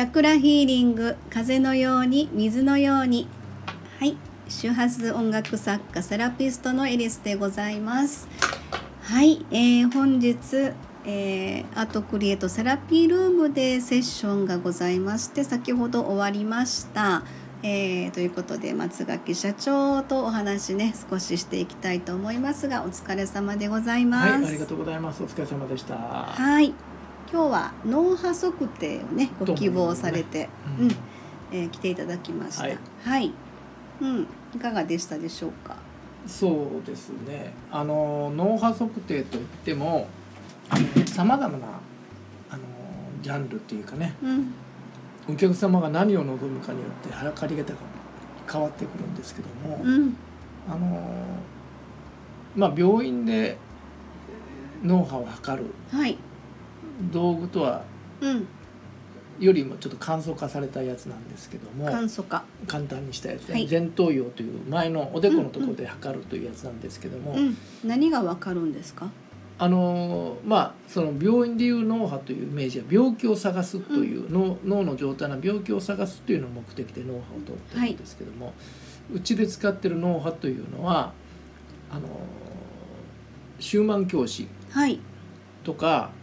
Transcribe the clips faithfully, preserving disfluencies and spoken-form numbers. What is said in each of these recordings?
チャクラヒーリング、風のように水のように。はい、周波数音楽作家セラピストのエリスでございます。はい、えー、本日、えー、アートクリエイトセラピールームでセッションがございまして、先ほど終わりました。えー、ということで松垣社長とお話ね少ししていきたいと思いますが、お疲れ様でございます。 はい、ありがとうございます。お疲れ様でした。 はい、今日は脳波測定をねご希望されて、うんうんえー、来ていただきました。はい、はい、うん、いかがでしたでしょうか。 そうですね、あの脳波測定といってもさまざまなあのジャンルっていうかね、うんお客様が何を望むかによって測り方が変わってくるんですけども、うん、あのまあ病院で脳波を測る道具とは、はいうん、よりもちょっと簡素化されたやつなんですけども、 簡素化簡単にしたやつで、はい、前頭葉という前のおでこのところで測るというやつなんですけども、 うんうん、何がわかるんですか。 あのまあ、その病院でいう脳波というイメージは病気を探すという、うん、脳, 脳の状態の病気を探すというのを目的で脳波を取ってるんですけども、はい、うちで使ってる脳波というのはあのシューマン共振とか、はい、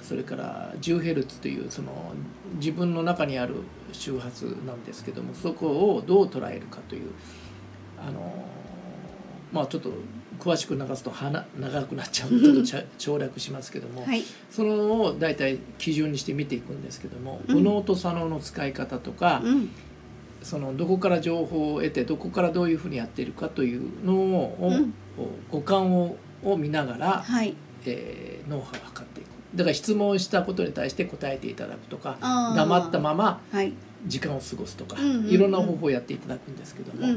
それからじゅうヘルツというその自分の中にある周波数なんですけども、そこをどう捉えるかというあのまあちょっと詳しく流すと長くなっちゃうのでちょっと省略しますけども、はい、そのを大体基準にして見ていくんですけども、うん、右脳と左脳の使い方とか、うん、そのどこから情報を得てどこからどういうふうにやっているかというのを、うん、五感をを見ながら、はいえー、脳波を測っていく。だから質問したことに対して答えていただくとか、黙ったまま時間を過ごすとか、はい、いろんな方法をやっていただくんですけども、うんうんうん、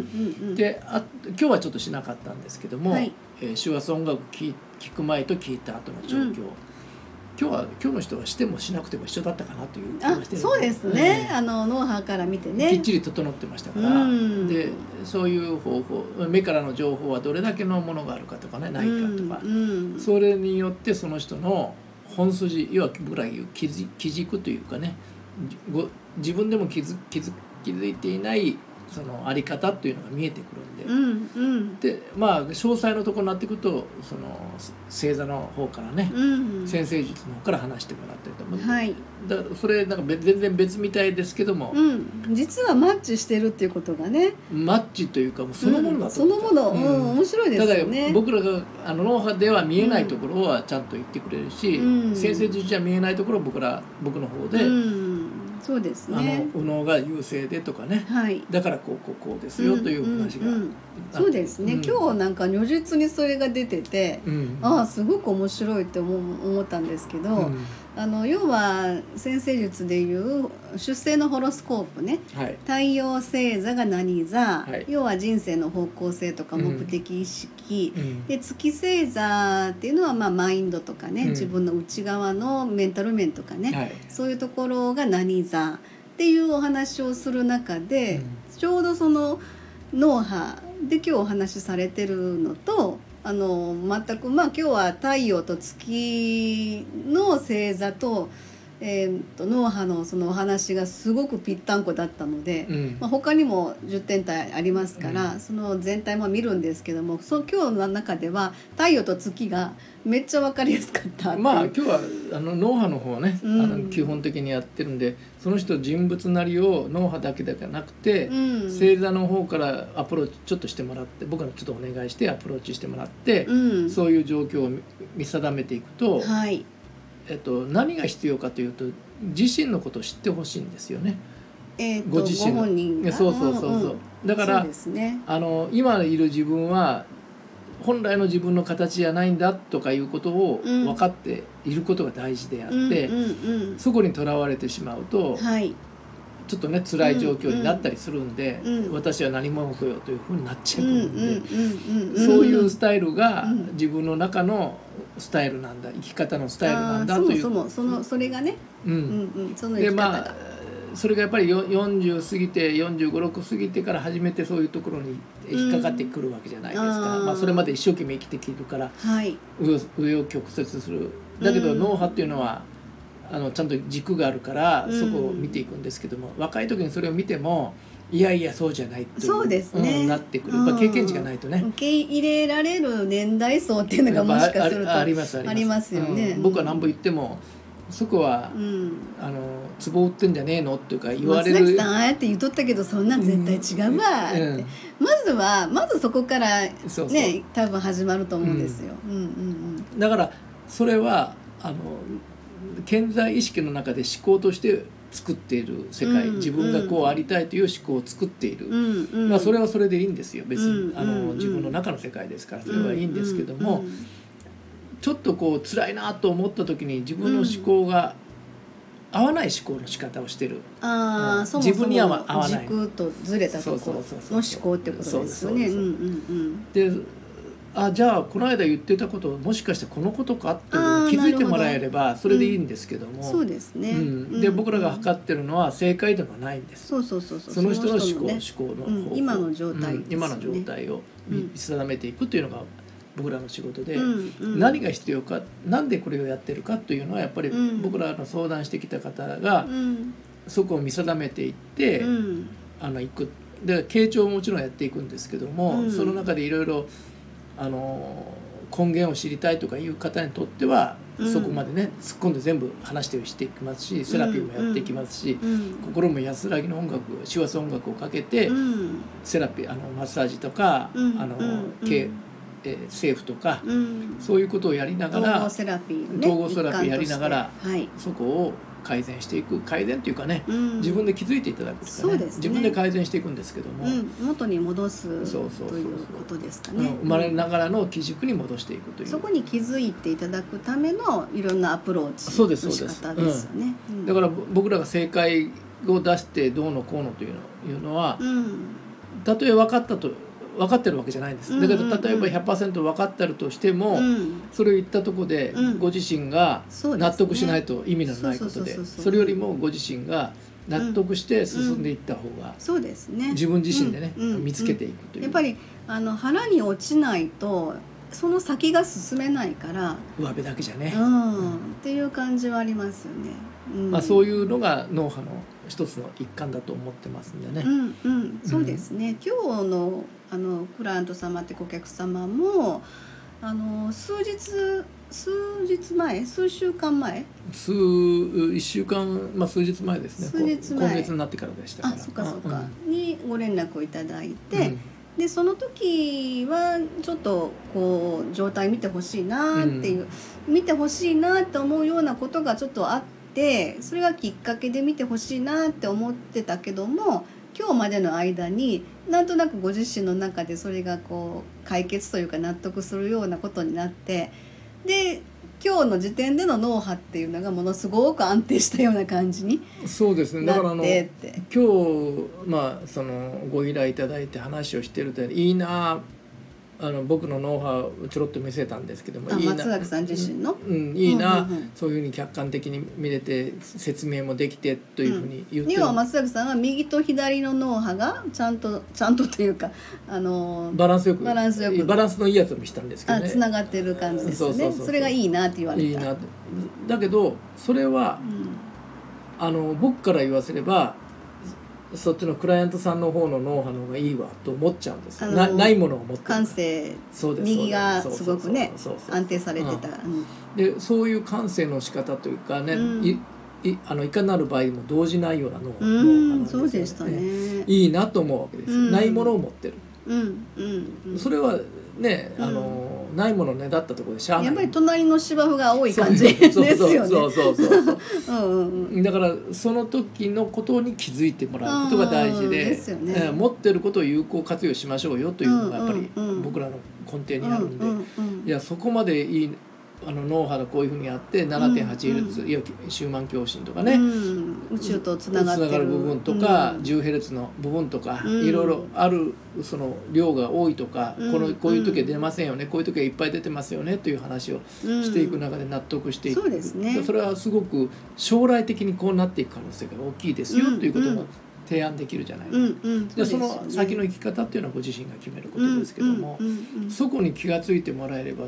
であ今日はちょっとしなかったんですけども、はいえー、周波数音楽聴く前と聴いた後の状況、うん、今日は今日の人はしてもしなくても一緒だったかなという気がしてるんで、 そうですね、うん、あの脳波から見てねきっちり整ってましたから、うん、でそういう方法目からの情報はどれだけのものがあるかとかねないかとか、うんうん、それによってその人の本筋、要は僕ら言う基軸というかね、ご自分でも気づ、気づ、気づいていないそのあり方というのが見えてくるんで、うんうん、でまあ詳細のところになってくるとその星座の方からね、うんうん、先生術の方から話してもらったりとか、はい、だからそれなんか全然別みたいですけども、 うん、実はマッチしてるっていうことがね、 マッチというかもうそのものだと思った、うん、そのもの、うん、面白いですよね。 ただ僕らがあの脳波では見えないところはちゃんと言ってくれるし、うん、先生術じゃ見えないところを僕ら僕の方で、 うんそうですね、 あの右脳が優勢でとかね、はい、だからこうこうこうですよという話が、うんうんうん、 そうですね、うん、今日なんか如実にそれが出てて、うん、ああすごく面白いって思思ったんですけど、うん、あの要は先生術でいう出生のホロスコープね、はい、太陽星座が何座、はい、要は人生の方向性とか目的意識、うん、で月星座っていうのはまあマインドとかね、うん、自分の内側のメンタル面とかね、はい、そういうところが何座っていうお話をする中で、うん、ちょうどその脳波で今日お話しされてるのとあの全くまあ今日は太陽と月の星座と、えー、と脳波のそのお話がすごくぴったんこだったので、うんまあ、他にもじゅってん体ありますから、うん、その全体も見るんですけども、そ今日の中では太陽と月がめっちゃ分かりやすかったまあ今日はあの脳波の方はね、うん、あの基本的にやってるんで、その人人物なりを脳波だけではなくて、うん、星座の方からアプローチちょっとしてもらって、僕はちょっとお願いしてアプローチしてもらって、うん、そういう状況を見定めていくと、はいえっと、何が必要かというと自身のことを知ってほしいんですよね。 えー、とご自身ご本人がそうそうそうそう、うんうん、だからそうです、ね、あの今いる自分は本来の自分の形じゃないんだとかいうことを分かっていることが大事であって、うんうんうんうん、そこにとらわれてしまうと、はい、ちょっとね辛い状況になったりするんで、うんうん、私は何者ぞよというふうになっちゃうんで、そういうスタイルが自分の中のスタイルなんだ、生き方のスタイルなんだという、 そもそもそのそれがね、うんうんうん、その生き方が、でまあそれがやっぱりよんじゅう過ぎてよんじゅうご、ろく過ぎてから初めてそういうところに引っかかってくるわけじゃないですか、うん、まあ、それまで一生懸命生きてきてるから、はい、上を曲折する。だけど脳波っていうのはあのちゃんと軸があるからそこを見ていくんですけども、うん、若い時にそれを見てもいやいやそうじゃないっていう、 そうですね、 うん、なってくる、まあ、経験値がないとね、 受け入れられる年代層っていうのがもしかするとあ, あ, ありますありますよね、 うん、僕は何ぼ言ってもそこは、うん、あの壺売ってんじゃねえのっていうか言われる、 松崎さんああやって言っとったけどそんなん絶対違うわって、うんうん、まずはまずそこからねそうそう多分始まると思うんですよ、うんうんうんうん、 だからそれはあの顕在意識の中で思考として作っている世界、うん、自分がこうありたいという思考を作っている、うんうん、まあ、それはそれでいいんですよ別に、うん、あの自分の中の世界ですからそれはいいんですけども、うんうん、ちょっとこう辛いなと思った時に自分の思考が合わない思考の仕方をしてる、 あ、うん、そもそも自分には合わない軸とずれたところの思考ってことですよね。 であじゃあこの間言ってたこともしかしてこのことかっていうのを気づいてもらえればそれでいいんですけども、 うん、そうですね、 うん、で僕らが測ってるのは正解ではないんです。 そうそうそうそう、 その人の思考、ね、思考の方法、 うん、今の状態ですよね、 うん、今の状態を見定めていくというのが僕らの仕事で、 うんうん、 何が必要かなんでこれをやってるかというのはやっぱり僕らの相談してきた方が、うん、そこを見定めていって、うん、あのいくで傾聴ももちろんやっていくんですけども、うん、その中でいろいろあの根源を知りたいとかいう方にとっては、うん、そこまでね突っ込んで全部話してしていきますしセラピーもやっていきますし、うんうん、心も安らぎの音楽手話音楽をかけて、うん、セラピーあのマッサージとか、うん、あの、うん、えー、政府とか、うん、そういうことをやりながら統合セラピー、ね、 統合セラピーやりながら、はい、そこを改善していく改善というかね、うん、自分で気づいていただくとかね、そうですね、自分で改善していくんですけども、 うん、元に戻すということですかね。 生まれながらの基軸に戻していくという、 そこに気づいていただくためのいろんなアプローチの仕方ですよね。 うん、だから僕らが正解を出してどうのこうのというのいうのは、うん、たとえ分かったと分かってるわけじゃないんです。だけど例えば ひゃくパーセント 分かってるとしても、うん、それを言ったところでご自身が納得しないと意味のないことで、それよりもご自身が納得して進んでいった方が、 そうですね、 自分自身でね、うんうん、見つけていくという、 やっぱりあの腹に落ちないとその先が進めないから上辺だけじゃね、 うん、っていう感じはありますよね。うん、 まあ、そういうのが脳波の一つの一環だと思ってますんでね。 うんうん、そうですね、うん、今日のあのクライアント様って顧客様もあの数日数日前数週間前数いっしゅうかん、まあ、数日前ですね。 数日前今月になってからでしたから、 あそっかそっか、うん、にご連絡をいただいて、うん、でその時はちょっとこう状態見てほしいなっていう、うん、見てほしいなって思うようなことがちょっとあって、それがきっかけで見てほしいなって思ってたけども、今日までの間になんとなくご自身の中でそれがこう解決というか納得するようなことになって、で今日の時点での脳波っていうのがものすごく安定したような感じになってって。 そうですね、だからあの今日、まあ、そのご依頼いただいて話をしてるといいな、あの僕のノウハウをちょろっと見せたんですけども、いいな、 松崎さん自身の、 うん、いいな、うんうんうん、そういうふうに客観的に見れて説明もできてというふうに言ってる、 うん、要は松崎さんは右と左の脳波がちゃんとちゃんとというか、あのバランスよくバランスよくバランスのいいやつを見せたんですけどね、 つながってる感じですよね。そうそうそうそう、それがいいなって言われた。 いいなと。だけどそれは、うん、あの僕から言わせればそっちのクライアントさんの方のノウハウの方がいいわと思っちゃうんです。なないものを持ってる感性、右がすごくね安定されてた、 うん、でそういう感性の仕方というかね、うん、いいあのいかなる場合も動じないようなノウハウなんですよね。 そうでしたね。 いいなと思うわけです、うん、ないものを持ってる、 うんうんうん、 それはね、あの、うん、ないものねだったところでしゃあない。 やっぱり隣の芝生が多い感じですよね。 そうそうそうそうそうだからその時のことに気づいてもらうことが大事 で, ですよ、ね、持ってることを有効活用しましょうよというのがやっぱり僕らの根底にあるんで、うんうんうん、いやそこまでいいあの脳波がこういうふうにあって ななてんはちヘルツ、うんうん、いわゆる周満共振とかね、うん、 宇宙とつながってる、 つながる部分とか、うん、じゅうヘルツの部分とか、うん、いろいろあるその量が多いとか、うん、このこういう時は出ませんよね、うん、こういう時はいっぱい出てますよねという話をしていく中で納得していく、うん、そうですね、それはすごく将来的にこうなっていく可能性が大きいですよ、うん、ということも提案できるじゃないですか、うんうん、でその先の生き方っていうのはご自身が決めることですけども、うんうんうんうん、そこに気がついてもらえれば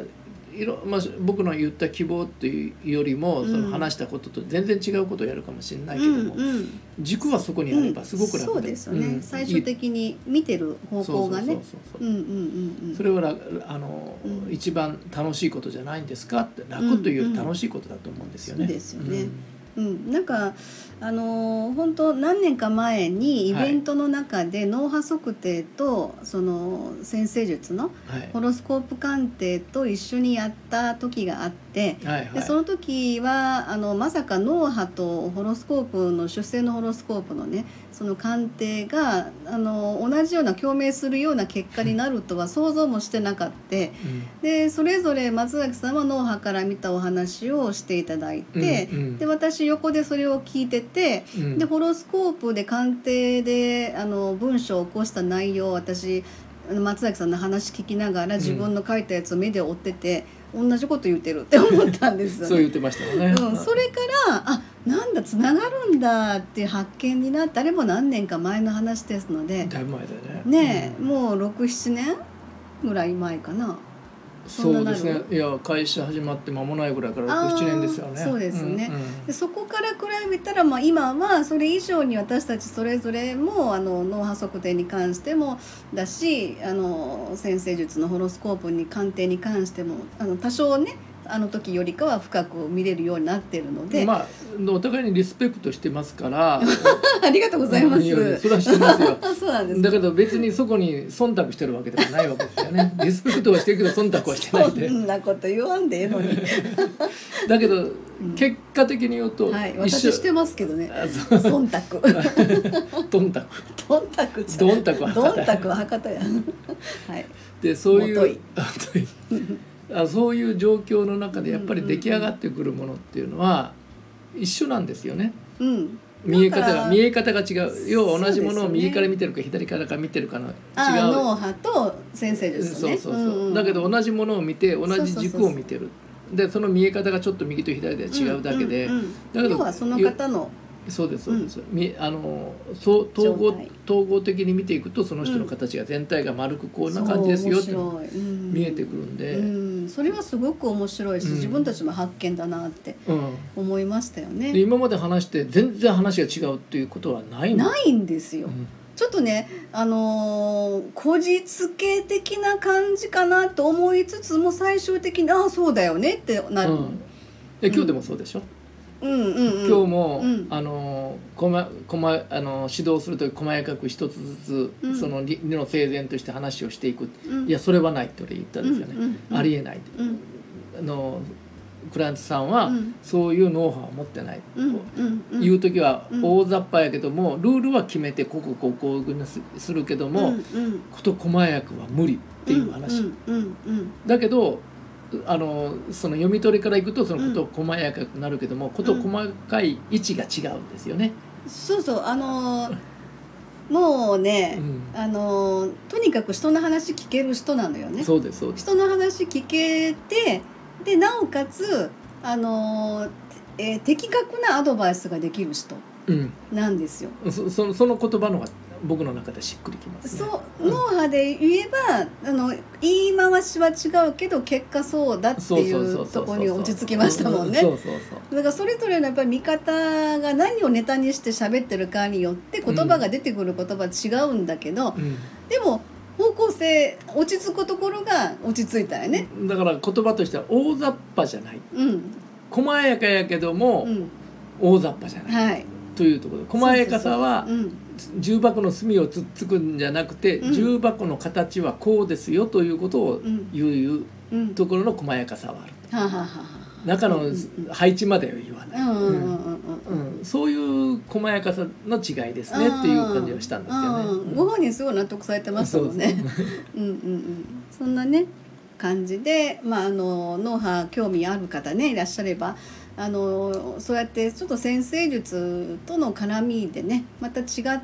いろ、まあ、僕の言った希望っていうよりも、その話したことと全然違うことをやるかもしれないけども、うんうん、軸はそこにあればすごく楽で、うん、 そうですよね、うん、最終的に見てる方向がねそれはあの、うん、一番楽しいことじゃないんですかって、楽というより楽しいことだと思うんですよね。 そうですよね、うんうん、なんかあのー、本当何年か前にイベントの中で脳波測定とその先生術のホロスコープ鑑定と一緒にやった時があって、はいはい、でその時はあのまさか脳波とホロスコープの出生のホロスコープのねその鑑定があの同じような共鳴するような結果になるとは想像もしてなかった、うん、でそれぞれ松崎さんは脳波から見たお話をしていただいて、うんうん、で私横でそれを聞いてて、うん、でホロスコープで鑑定であの文章を起こした内容を私松崎さんの話聞きながら自分の書いたやつを目で追ってて、うん、同じこと言ってるって思ったんですよね。 そう言ってましたよね、 うん、それからあなんだつながるんだっていう発見になって、あれも何年か前の話ですのでだいぶ前だよねねえ、うん、もうろく、ななねんぐらい前かな。 そうですね。いや会社始まって間もないぐらいからろく、ななねんですよね。 そうですね、うんうん、でそこから比べたら、まあ、今はそれ以上に私たちそれぞれもあの脳波測定に関してもだし、あの先生術のホロスコープに鑑定に関してもあの多少ねあの時よりかは深く見れるようになっているので、 まあお互いにリスペクトしてますからありがとうございます。いやいやそれはしてますよそうなんです。 だけど別にそこに忖度してるわけでもないわけですよねリスペクトはしてるけど忖度はしてないでそんなこと言わんでええのにだけど、うん、結果的に言うと、 はい、私してますけどね忖度どんたくどんたくじゃどんたくはどんたくは博多やはいでそういうあそういう状況の中でやっぱり出来上がってくるものっていうのは一緒なんですよね、うん、見え方が見え方が違う。要は同じものを右から見てるか左から見てるかの違う。 あ脳波と先生ですね。 そうそうそう、うんうん、だけど同じものを見て同じ軸を見てる。でその見え方がちょっと右と左では違うだけで、うんうんうん、 だけど要はその方のそうですそうです、うん、あのそう統合統合的に見ていくとその人の形が全体が丸くこんな感じですよって見えてくるんで、 うんうん、それはすごく面白いし、うん、自分たちも発見だなって思いましたよね、 うん、で今まで話して全然話が違うっていうことはないんないんですよ、うん、ちょっとね、あのー、こじつけ的な感じかなと思いつつも最終的にああそうだよねってなる、うん、 今日でもそうでしょ、うんうんうん、今日も、うん、あのこまこまあの指導するとき細やかく一つずつ、うん、その理の整然として話をしていく、うん、いやそれはないって俺言ったんですよね、うんうん、ありえないって、うん、あのクライアントさんは、うん、そういうノウハウを持ってない、うんうん、いう時は大雑把やけどもルールは決めてこここうこうするけども、うんうん、こと細やかは無理っていう話、うんうんうんうん、だけどあのその読み取りからいくとそのこと細やかくなるけども、うん、こと細かい位置が違うんですよね、 うん、そうそうあのもうね、うん、あのとにかく人の話聞ける人なのよね。 そうですそうです。 人の話聞けてでなおかつあの、えー、的確なアドバイスができる人なんですよ、 うん、そ, そ, その言葉のが僕の中でしっくりきますね。 そう脳波で言えばあの言い回しは違うけど結果そうだっていうところに落ち着きましたもんね。だからそれぞれのやっぱり見方が何をネタにして喋ってるかによって言葉が出てくる言葉は違うんだけど、うん、でも方向性落ち着くところが落ち着いたよね。 だから言葉としては大雑把じゃない、うん、細やかやけども、うん、大雑把じゃない、はい、というところで細やかさはそうそうそう、うん重箱の隅をつっつくんじゃなくて、うん、重箱の形はこうですよということを言う、うん、ところの細やかさはある、うん、中の配置までは言わない、そういう細やかさの違いですねっていう感じがしたんですよね、うん、 ご本人すごい納得されてましたもんねうんうん、うん、そんなね感じで、まあ、あの脳波興味ある方ねいらっしゃればあのそうやってちょっと先生術との絡みでねまた違った、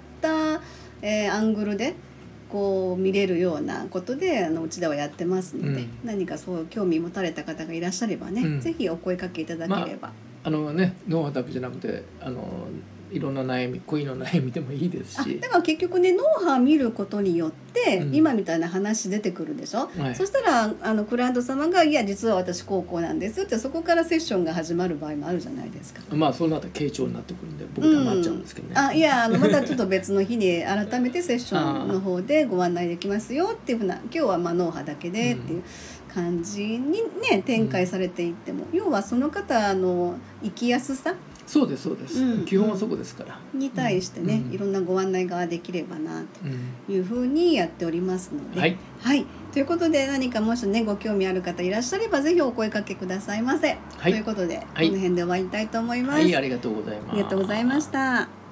えー、アングルでこう見れるようなことであのうちではやってますので、うん、何かそう興味持たれた方がいらっしゃればね、うん、ぜひお声かけいただければ、 まあ、あのね脳波だけじゃなくてあのいろんな悩み、恋の悩みでもいいですし、 だから結局ね脳波見ることによって、 うん、 今みたいな話出てくるでしょ、 はい、 そしたらあのクライアント様がいや実は私高校なんですってそこからセッションが始まる場合もあるじゃないですか。 まあそうなったら傾聴になってくるんで僕黙っちゃうんですけどね、 うん、あいやあのまたちょっと別の日に改めてセッションの方でご案内できますよっていうふうな、今日はまあ脳波だけでっていう感じにね展開されていっても、うん、要はその方の生きやすさ、 そうですそうです、うん、基本はそこですから、 に対してね、うん、いろんなご案内ができればなというふうにやっておりますので、はい、はい、ということで何かもしねご興味ある方いらっしゃればぜひお声かけくださいませ、はい、ということで、はい、この辺で終わりたいと思います。 はい、ありがとうございます。 ありがとうございました。